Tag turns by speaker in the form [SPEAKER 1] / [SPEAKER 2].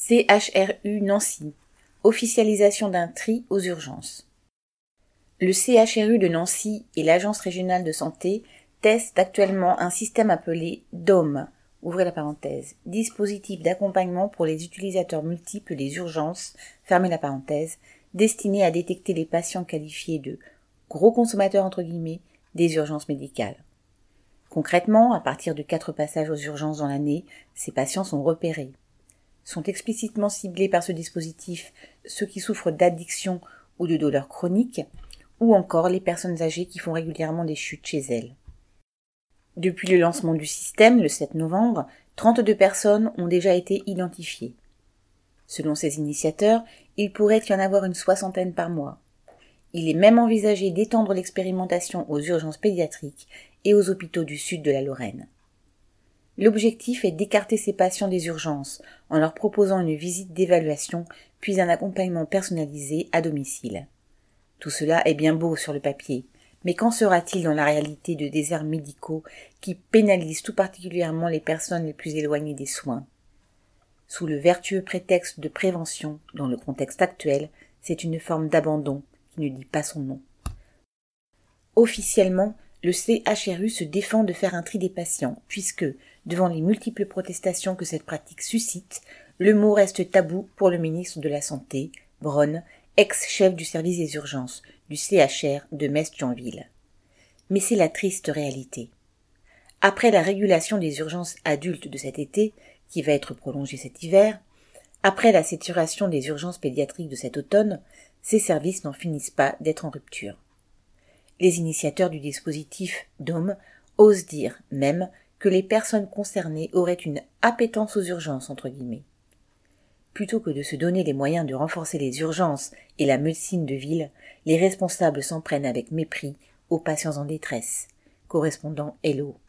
[SPEAKER 1] CHRU Nancy. Officialisation d'un tri aux urgences. Le CHRU de Nancy et l'Agence régionale de santé testent actuellement un système appelé DOM, ouvrez la parenthèse, dispositif d'accompagnement pour les utilisateurs multiples des urgences, fermez la parenthèse, destiné à détecter les patients qualifiés de gros consommateurs entre guillemets des urgences médicales. Concrètement, à partir de 4 passages aux urgences dans l'année, ces patients sont repérés. Sont explicitement ciblés par ce dispositif ceux qui souffrent d'addiction ou de douleurs chroniques, ou encore les personnes âgées qui font régulièrement des chutes chez elles. Depuis le lancement du système, le 7 novembre, 32 personnes ont déjà été identifiées. Selon ces initiateurs, il pourrait y en avoir une 60aine par mois. Il est même envisagé d'étendre l'expérimentation aux urgences pédiatriques et aux hôpitaux du sud de la Lorraine. L'objectif est d'écarter ces patients des urgences en leur proposant une visite d'évaluation puis un accompagnement personnalisé à domicile. Tout cela est bien beau sur le papier, mais qu'en sera-t-il dans la réalité de déserts médicaux qui pénalisent tout particulièrement les personnes les plus éloignées des soins ? Sous le vertueux prétexte de prévention, dans le contexte actuel, c'est une forme d'abandon qui ne dit pas son nom. Officiellement, le CHRU se défend de faire un tri des patients, puisque, devant les multiples protestations que cette pratique suscite, le mot reste tabou pour le ministre de la Santé, Braun, ex-chef du service des urgences du CHR de Metz-Thionville. Mais c'est la triste réalité. Après la régulation des urgences adultes de cet été, qui va être prolongée cet hiver, après la saturation des urgences pédiatriques de cet automne, ces services n'en finissent pas d'être en rupture. Les initiateurs du dispositif DOM osent dire même que les personnes concernées auraient une appétence aux urgences entre guillemets. Plutôt que de se donner les moyens de renforcer les urgences et la médecine de ville, les responsables s'en prennent avec mépris aux patients en détresse. Correspondant Hello.